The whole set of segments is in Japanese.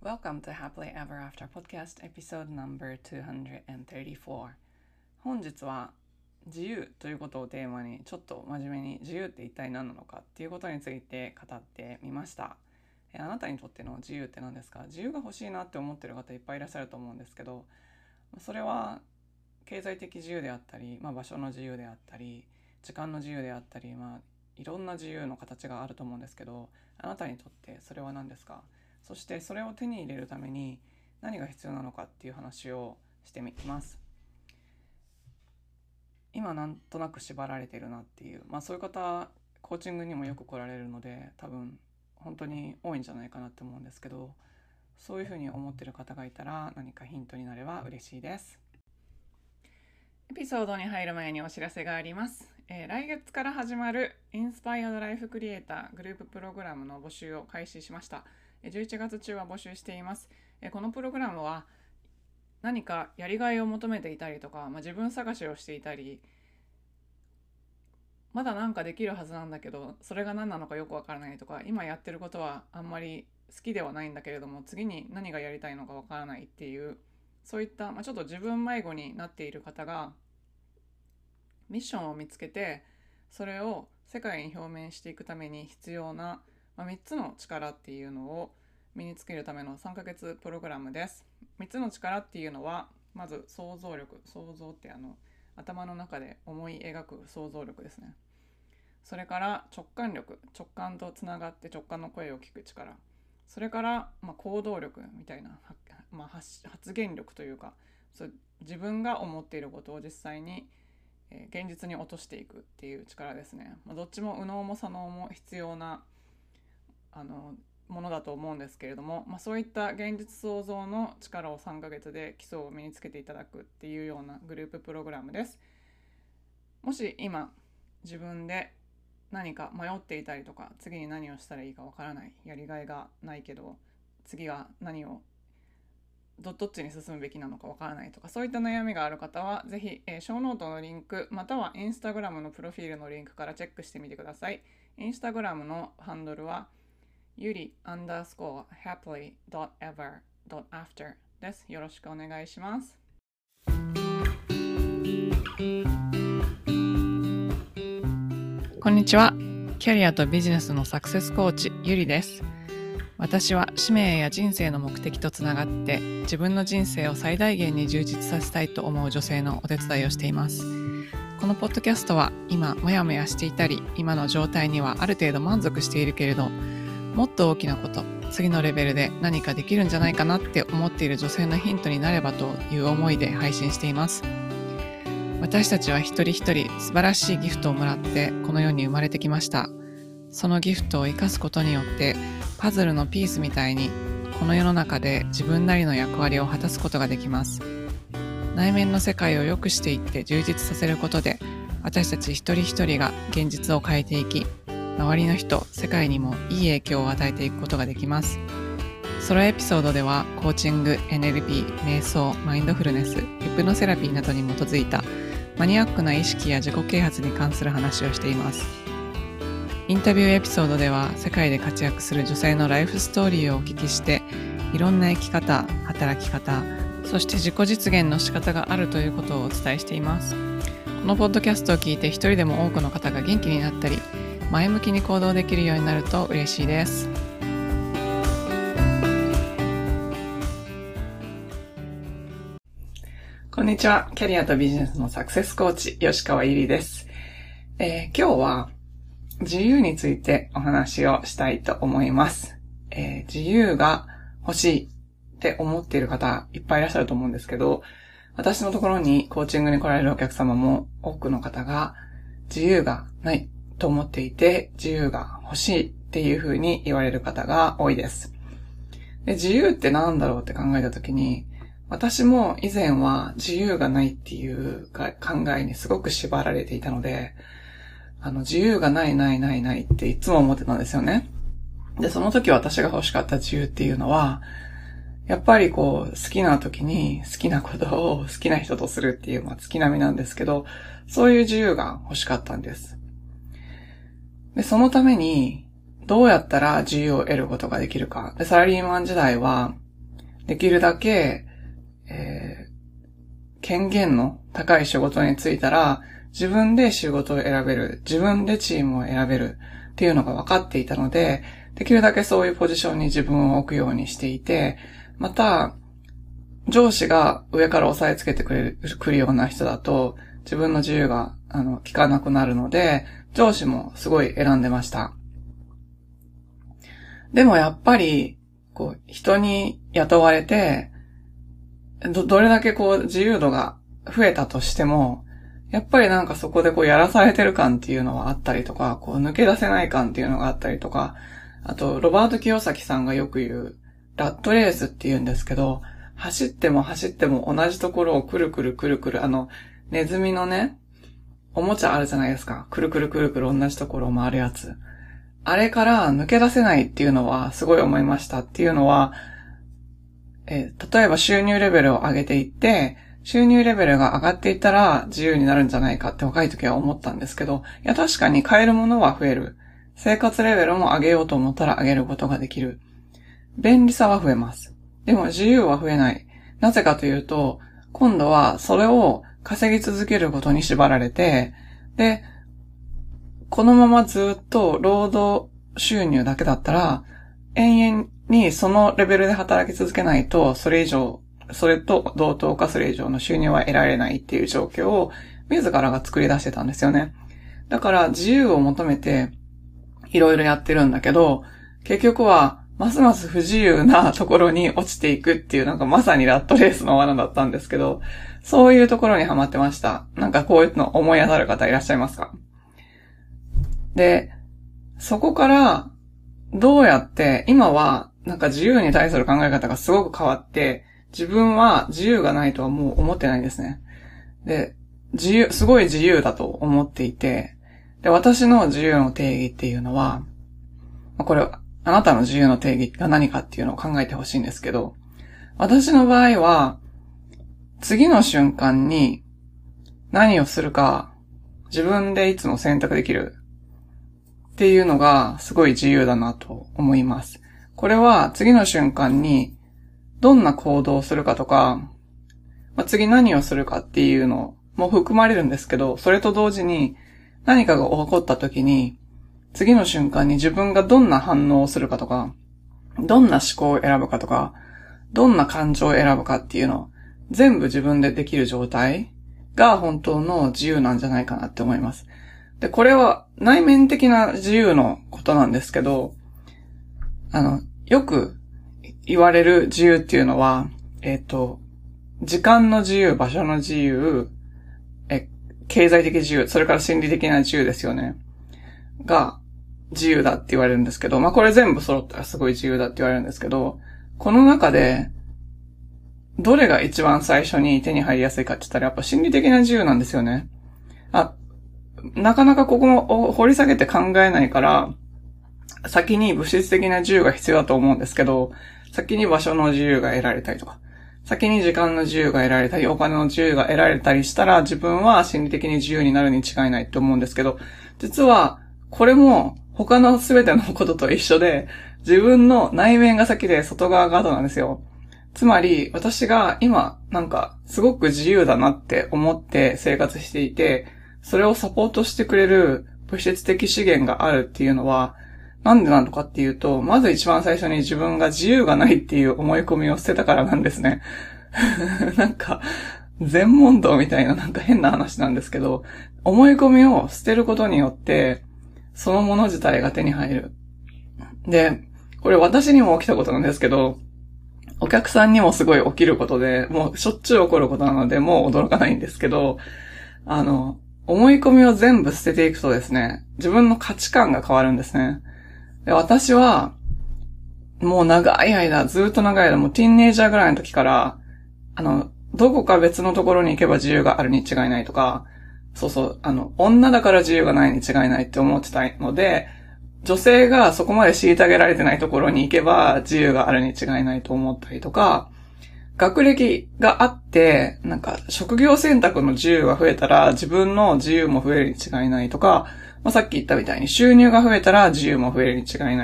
Welcome to Happily Ever After Podcast Episode No.234。本日は自由ということをテーマにちょっと真面目に自由って一体何なのかっていうことについて語ってみました。あなたにとっての自由って何ですか？自由が欲しいなって思ってる方いっぱいいらっしゃると思うんですけど、それは経済的自由であったり、場所の自由であったり、時間の自由であったり、いろんな自由の形があると思うんですけど、あなたにとってそれは何ですか？そしてそれを手に入れるために何が必要なのかっていう話をしてみます。今なんとなく縛られてるなっていう、そういう方コーチングにもよく来られるので、多分本当に多いんじゃないかなって思うんですけど、そういうふうに思ってる方がいたら何かヒントになれば嬉しいです。エピソードに入る前にお知らせがあります。来月から始まるインスパイアドライフクリエイターグループプログラムの募集を開始しました。11月中は募集しています。このプログラムは何かやりがいを求めていたりとか、自分探しをしていたり、まだなんかできるはずなんだけどそれが何なのかよくわからないとか、今やってることはあんまり好きではないんだけれども次に何がやりたいのかわからないっていう、そういった、ちょっと自分迷子になっている方がミッションを見つけて、それを世界に表明していくために必要な、3つの力っていうのを身につけるための3ヶ月プログラムです。3つの力っていうのは、まず想像力、想像って頭の中で思い描く想像力ですね。それから直感力、直感とつながって直感の声を聞く力。それから、行動力みたいな、発言力というか、自分が思っていることを実際に現実に落としていくっていう力ですね。どっちも右脳も左脳も必要なものだと思うんですけれども、そういった現実創造の力を3ヶ月で基礎を身につけていただくっていうようなグループプログラムです。もし今自分で何か迷っていたりとか、次に何をしたらいいかわからない、やりがいがないけど次は何をどっちに進むべきなのかわからないとか、そういった悩みがある方はぜひ、ショーノートのリンクまたはインスタグラムのプロフィールのリンクからチェックしてみてください。インスタグラムのハンドルはyuri_happily.ever.after です。よろしくお願いします。こんにちは。キャリアとビジネスのサクセスコーチゆりです。私は使命や人生の目的とつながって自分の人生を最大限に充実させたいと思う女性のお手伝いをしています。このポッドキャストは今モヤモヤしていたり、今の状態にはある程度満足しているけれど、もっと大きなこと、次のレベルで何かできるんじゃないかなって思っている女性のヒントになればという思いで配信しています。私たちは一人一人素晴らしいギフトをもらってこの世に生まれてきました。そのギフトを生かすことによってパズルのピースみたいにこの世の中で自分なりの役割を果たすことができます。内面の世界を良くしていって充実させることで、私たち一人一人が現実を変えていき、周りの人、世界にもいい影響を与えていくことができます。ソロエピソードではコーチング、NLP、瞑想、マインドフルネス、ヒプノセラピーなどに基づいたマニアックな意識や自己啓発に関する話をしています。インタビューエピソードでは世界で活躍する女性のライフストーリーをお聞きして、いろんな生き方、働き方、そして自己実現の仕方があるということをお伝えしています。このポッドキャストを聞いて一人でも多くの方が元気になったり、前向きに行動できるようになると嬉しいです。こんにちは。キャリアとビジネスのサクセスコーチ、吉川ゆりです。今日は自由についてお話をしたいと思います。自由が欲しいって思っている方いっぱいいらっしゃると思うんですけど、私のところにコーチングに来られるお客様も多くの方が自由がないと思っていて、自由が欲しいっていう風に言われる方が多いです。で、自由って何だろうって考えたときに、私も以前は自由がないっていう考えにすごく縛られていたので、自由がないっていつも思ってたんですよね。で、その時私が欲しかった自由っていうのは、やっぱり好きな時に好きなことを好きな人とするっていう、月並みなんですけど、そういう自由が欲しかったんです。で、そのためにどうやったら自由を得ることができるか。で、サラリーマン時代はできるだけ、権限の高い仕事に就いたら、自分で仕事を選べる、自分でチームを選べるっていうのが分かっていたので、できるだけそういうポジションに自分を置くようにしていて、また、上司が上から押さえつけてくるような人だと、自分の自由が、効かなくなるので、上司もすごい選んでました。でもやっぱり、人に雇われて、どれだけ自由度が増えたとしても、やっぱりなんかそこでやらされてる感っていうのはあったりとか、抜け出せない感っていうのがあったりとか、あと、ロバート清崎さんがよく言う、ラットレースって言うんですけど、走っても走っても同じところをくるくるくるくる、ネズミのね、おもちゃあるじゃないですか。くるくるくるくる同じところを回るやつ。あれから抜け出せないっていうのはすごい思いましたっていうのは、例えば収入レベルを上げていって、収入レベルが上がっていったら自由になるんじゃないかって若い時は思ったんですけど、いや確かに買えるものは増える。生活レベルも上げようと思ったら上げることができる。便利さは増えます。でも自由は増えない。なぜかというと、今度はそれを稼ぎ続けることに縛られて、で、このままずっと労働収入だけだったら、延々にそのレベルで働き続けないと、それと同等かそれ以上の収入は得られないっていう状況を自らが作り出してたんですよね。だから自由を求めていろいろやってるんだけど、結局はますます不自由なところに落ちていくっていうなんかまさにラットレースの罠だったんですけど、そういうところにハマってました。なんかこういうの思い当たる方いらっしゃいますか？で、そこからどうやって今はなんか自由に対する考え方がすごく変わって、自分は自由がないとはもう思ってないんですね。で、すごい自由だと思っていて、で、私の自由の定義っていうのは、これ、あなたの自由の定義が何かっていうのを考えてほしいんですけど、私の場合は、次の瞬間に何をするか自分でいつも選択できるっていうのがすごい自由だなと思います。これは次の瞬間にどんな行動をするかとか、次何をするかっていうのも含まれるんですけど、それと同時に何かが起こった時に、次の瞬間に自分がどんな反応をするかとか、どんな思考を選ぶかとか、どんな感情を選ぶかっていうの、全部自分でできる状態が本当の自由なんじゃないかなって思います。で、これは内面的な自由のことなんですけど、よく言われる自由っていうのは、時間の自由、場所の自由、経済的自由、それから心理的な自由ですよね。が自由だって言われるんですけど、これ全部揃ったらすごい自由だって言われるんですけど、この中で、どれが一番最初に手に入りやすいかって言ったらやっぱ心理的な自由なんですよね。なかなかここも掘り下げて考えないから、先に物質的な自由が必要だと思うんですけど、先に場所の自由が得られたりとか、先に時間の自由が得られたり、お金の自由が得られたりしたら、自分は心理的に自由になるに違いないと思うんですけど、実は、これも他の全てのことと一緒で、自分の内面が先で外側が後なんですよ。つまり、私が今、なんか、すごく自由だなって思って生活していて、それをサポートしてくれる物質的資源があるっていうのは、なんでなのかっていうと、まず一番最初に自分が自由がないっていう思い込みを捨てたからなんですね。なんか、全問答みたいななんか変な話なんですけど、思い込みを捨てることによって、そのもの自体が手に入る。で、これ私にも起きたことなんですけど、お客さんにもすごい起きることで、もうしょっちゅう起こることなので、もう驚かないんですけど、思い込みを全部捨てていくとですね、自分の価値観が変わるんですね。で、私は、もう長い間、ずっと長い間、もうティーンエイジャーぐらいの時から、どこか別のところに行けば自由があるに違いないとか、女だから自由がないに違いないって思ってたので、女性がそこまで虐げられてないところに行けば自由があるに違いないと思ったりとか、学歴があって、なんか職業選択の自由が増えたら自分の自由も増えるに違いないとか、さっき言ったみたいに収入が増えたら自由も増えるに違いない。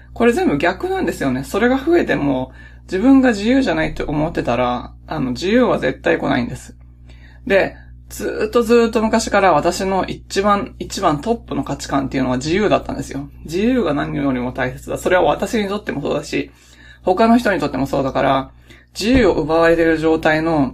これ全部逆なんですよね。それが増えても、自分が自由じゃないって思ってたら、自由は絶対来ないんです。で、ずーっと昔から私の一番トップの価値観っていうのは自由だったんですよ。自由が何よりも大切だ。それは私にとってもそうだし、他の人にとってもそうだから、自由を奪われている状態の、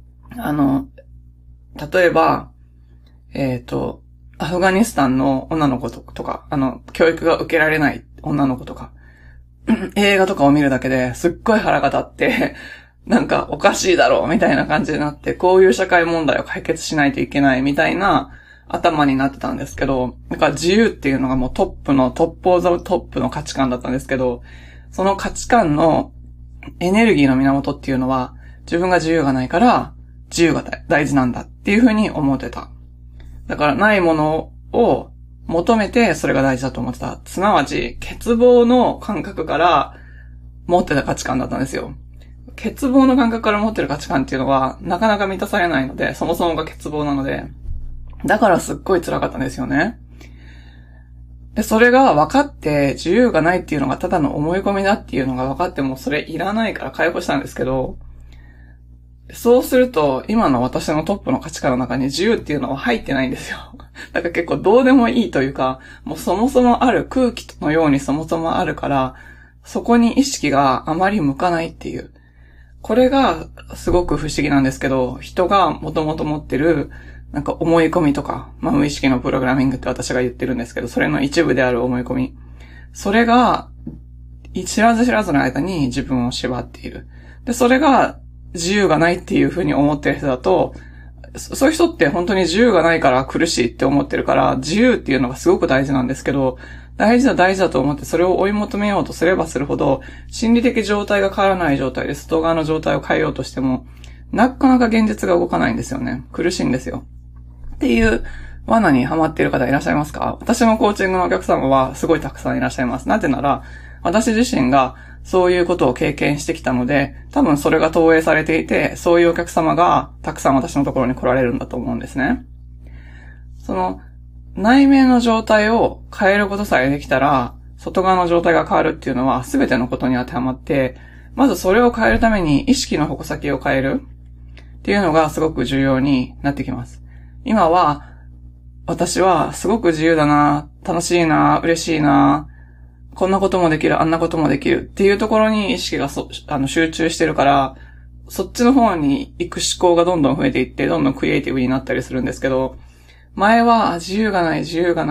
例えば、アフガニスタンの女の子とか、教育が受けられない女の子とか、映画とかを見るだけですっごい腹が立って、なんかおかしいだろうみたいな感じになって、こういう社会問題を解決しないといけないみたいな頭になってたんですけど、だから自由っていうのがもうトップオブザトップの価値観だったんですけど、その価値観のエネルギーの源っていうのは、自分が自由がないから自由が大事なんだっていうふうに思ってた。だからないものを求めてそれが大事だと思ってた。すなわち、欠乏の感覚から持ってた価値観だったんですよ。欠乏の感覚から持ってる価値観っていうのはなかなか満たされないので、そもそもが欠乏なので、だからすっごい辛かったんですよね。で、それが分かって自由がないっていうのがただの思い込みだっていうのが分かってもそれいらないから解放したんですけど、そうすると今の私のトップの価値観の中に自由っていうのは入ってないんですよ。だから結構どうでもいいというか、もうそもそもある空気のようにそもそもあるから、そこに意識があまり向かないっていう。これがすごく不思議なんですけど、人がもともと持ってるなんか思い込みとか、無意識のプログラミングって私が言ってるんですけど、それの一部である思い込み。それが知らず知らずの間に自分を縛っている。で、それが自由がないっていうふうに思ってる人だと、そういう人って本当に自由がないから苦しいって思ってるから、自由っていうのがすごく大事なんですけど、大事だと思ってそれを追い求めようとすればするほど、心理的状態が変わらない状態で外側の状態を変えようとしても、なかなか現実が動かないんですよね。苦しいんですよ。っていう罠にハマっている方いらっしゃいますか？私のコーチングのお客様はすごいたくさんいらっしゃいます。なぜなら、私自身がそういうことを経験してきたので、多分それが投影されていて、そういうお客様がたくさん私のところに来られるんだと思うんですね。その内面の状態を変えることさえできたら、外側の状態が変わるっていうのは全てのことに当てはまって、まずそれを変えるために意識の矛先を変えるっていうのがすごく重要になってきます。今は、私はすごく自由だな、楽しいな、嬉しいな、こんなこともできる、あんなこともできるっていうところに意識が集中してるから、そっちの方に行く思考がどんどん増えていって、どんどんクリエイティブになったりするんですけど、前は自由がない、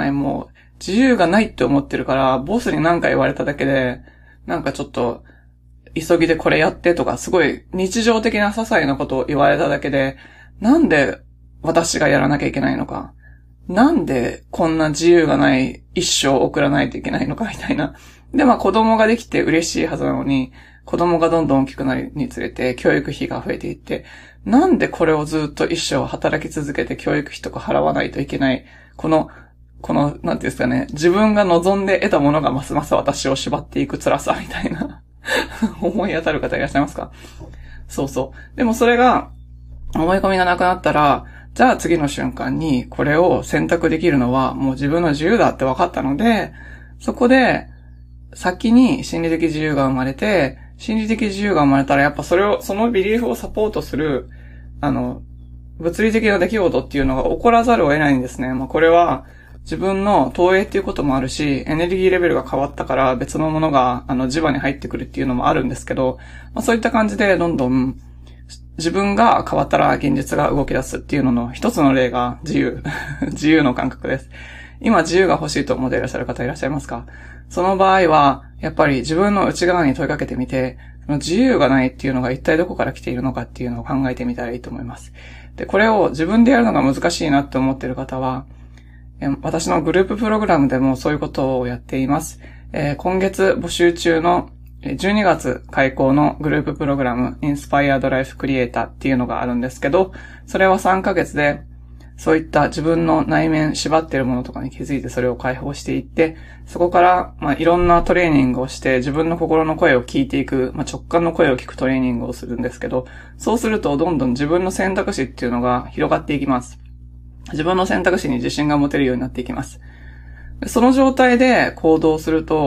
もう自由がないって思ってるから、ボスに何か言われただけで、なんかちょっと、急ぎでこれやってとか、すごい日常的な些細なことを言われただけで、なんで私がやらなきゃいけないのか。なんでこんな自由がない一生を送らないといけないのかみたいな。で、子供ができて嬉しいはずなのに、子供がどんどん大きくなるにつれて教育費が増えていって、なんでこれをずっと一生働き続けて教育費とか払わないといけない、この、なんていうんですかね、自分が望んで得たものがますます私を縛っていく辛さみたいな思い当たる方いらっしゃいますか？そうそう。でもそれが、思い込みがなくなったら、じゃあ次の瞬間にこれを選択できるのはもう自分の自由だって分かったので、そこで先に心理的自由が生まれて、心理的自由が生まれたらやっぱそのビリーフをサポートする、物理的な出来事っていうのが起こらざるを得ないんですね。これは自分の投影っていうこともあるし、エネルギーレベルが変わったから別のものが磁場に入ってくるっていうのもあるんですけど、そういった感じでどんどん自分が変わったら現実が動き出すっていうのの一つの例が自由。自由の感覚です。今自由が欲しいと思っていらっしゃる方いらっしゃいますか？その場合は、やっぱり自分の内側に問いかけてみて、自由がないっていうのが一体どこから来ているのかっていうのを考えてみたらいいと思います。で、これを自分でやるのが難しいなって思っている方は、私のグループプログラムでもそういうことをやっています。今月募集中の12月開講のグループプログラム Inspired Life Creator っていうのがあるんですけど、それは3ヶ月でそういった自分の内面縛っているものとかに気づいてそれを解放していって、そこからいろんなトレーニングをして自分の心の声を聞いていく、直感の声を聞くトレーニングをするんですけど、そうするとどんどん自分の選択肢っていうのが広がっていきます。自分の選択肢に自信が持てるようになっていきます。その状態で行動すると、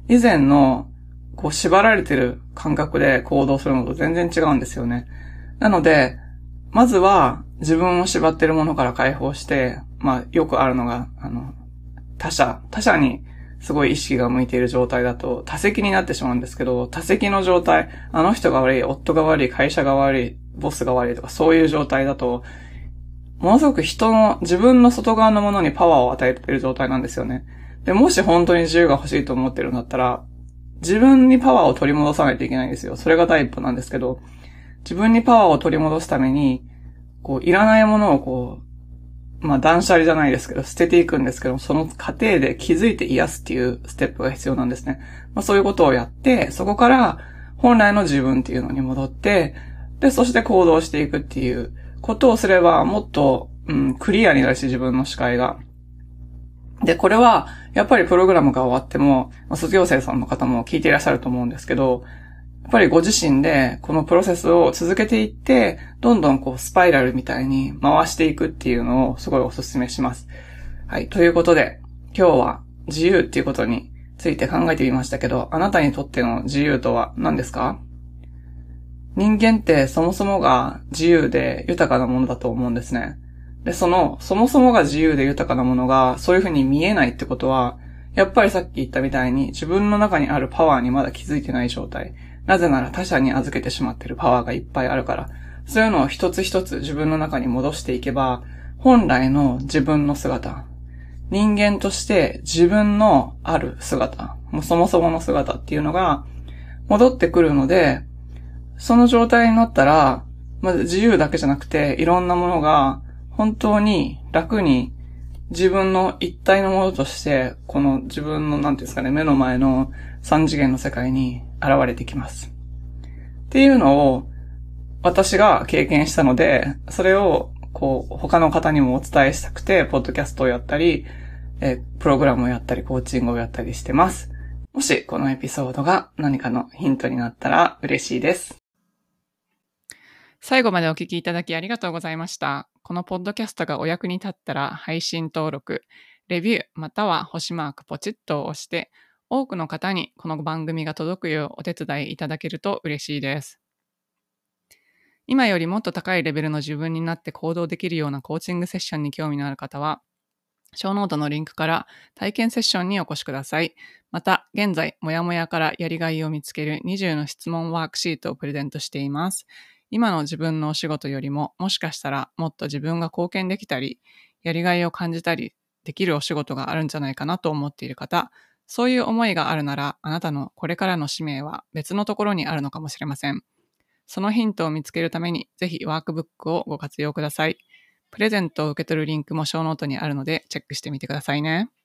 以前のこう縛られてる感覚で行動するのと全然違うんですよね。なので、まずは自分を縛ってるものから解放して、よくあるのが、他者にすごい意識が向いている状態だと多責になってしまうんですけど、多責の状態、あの人が悪い、夫が悪い、会社が悪い、ボスが悪いとかそういう状態だと、ものすごく自分の外側のものにパワーを与えている状態なんですよね。で、もし本当に自由が欲しいと思ってるんだったら、自分にパワーを取り戻さないといけないんですよ。それが第一歩なんですけど、自分にパワーを取り戻すために、いらないものを断捨離じゃないですけど、捨てていくんですけど、その過程で気づいて癒すっていうステップが必要なんですね。そういうことをやって、そこから本来の自分っていうのに戻って、で、そして行動していくっていうことをすれば、もっと、クリアになるし、自分の視界が。で、これは、やっぱりプログラムが終わっても、卒業生さんの方も聞いていらっしゃると思うんですけど、やっぱりご自身でこのプロセスを続けていって、どんどんスパイラルみたいに回していくっていうのをすごいお勧めします。はい。ということで、今日は自由っていうことについて考えてみましたけど、あなたにとっての自由とは何ですか？人間ってそもそもが自由で豊かなものだと思うんですね。で、そもそもが自由で豊かなものがそういう風に見えないってことは、やっぱりさっき言ったみたいに自分の中にあるパワーにまだ気づいてない状態。なぜなら他者に預けてしまっているパワーがいっぱいあるから。そういうのを一つ一つ自分の中に戻していけば、本来の自分の姿、人間として自分のある姿、もうそもそもの姿っていうのが戻ってくるので、その状態になったら、まず自由だけじゃなくて、いろんなものが本当に楽に自分の一体のものとして、この自分のなんていうんですかね、目の前の三次元の世界に現れてきます。っていうのを私が経験したので、それを他の方にもお伝えしたくて、ポッドキャストをやったり、プログラムをやったり、コーチングをやったりしてます。もしこのエピソードが何かのヒントになったら嬉しいです。最後までお聞きいただきありがとうございました。このポッドキャストがお役に立ったら配信登録、レビューまたは星マークポチッと押して、多くの方にこの番組が届くようお手伝いいただけると嬉しいです。今よりもっと高いレベルの自分になって行動できるようなコーチングセッションに興味のある方は、ショーノートのリンクから体験セッションにお越しください。また、現在、もやもやからやりがいを見つける20の質問ワークシートをプレゼントしています。今の自分のお仕事よりも、もしかしたらもっと自分が貢献できたり、やりがいを感じたりできるお仕事があるんじゃないかなと思っている方、そういう思いがあるなら、あなたのこれからの使命は別のところにあるのかもしれません。そのヒントを見つけるために、ぜひワークブックをご活用ください。プレゼントを受け取るリンクもショーノートにあるので、チェックしてみてくださいね。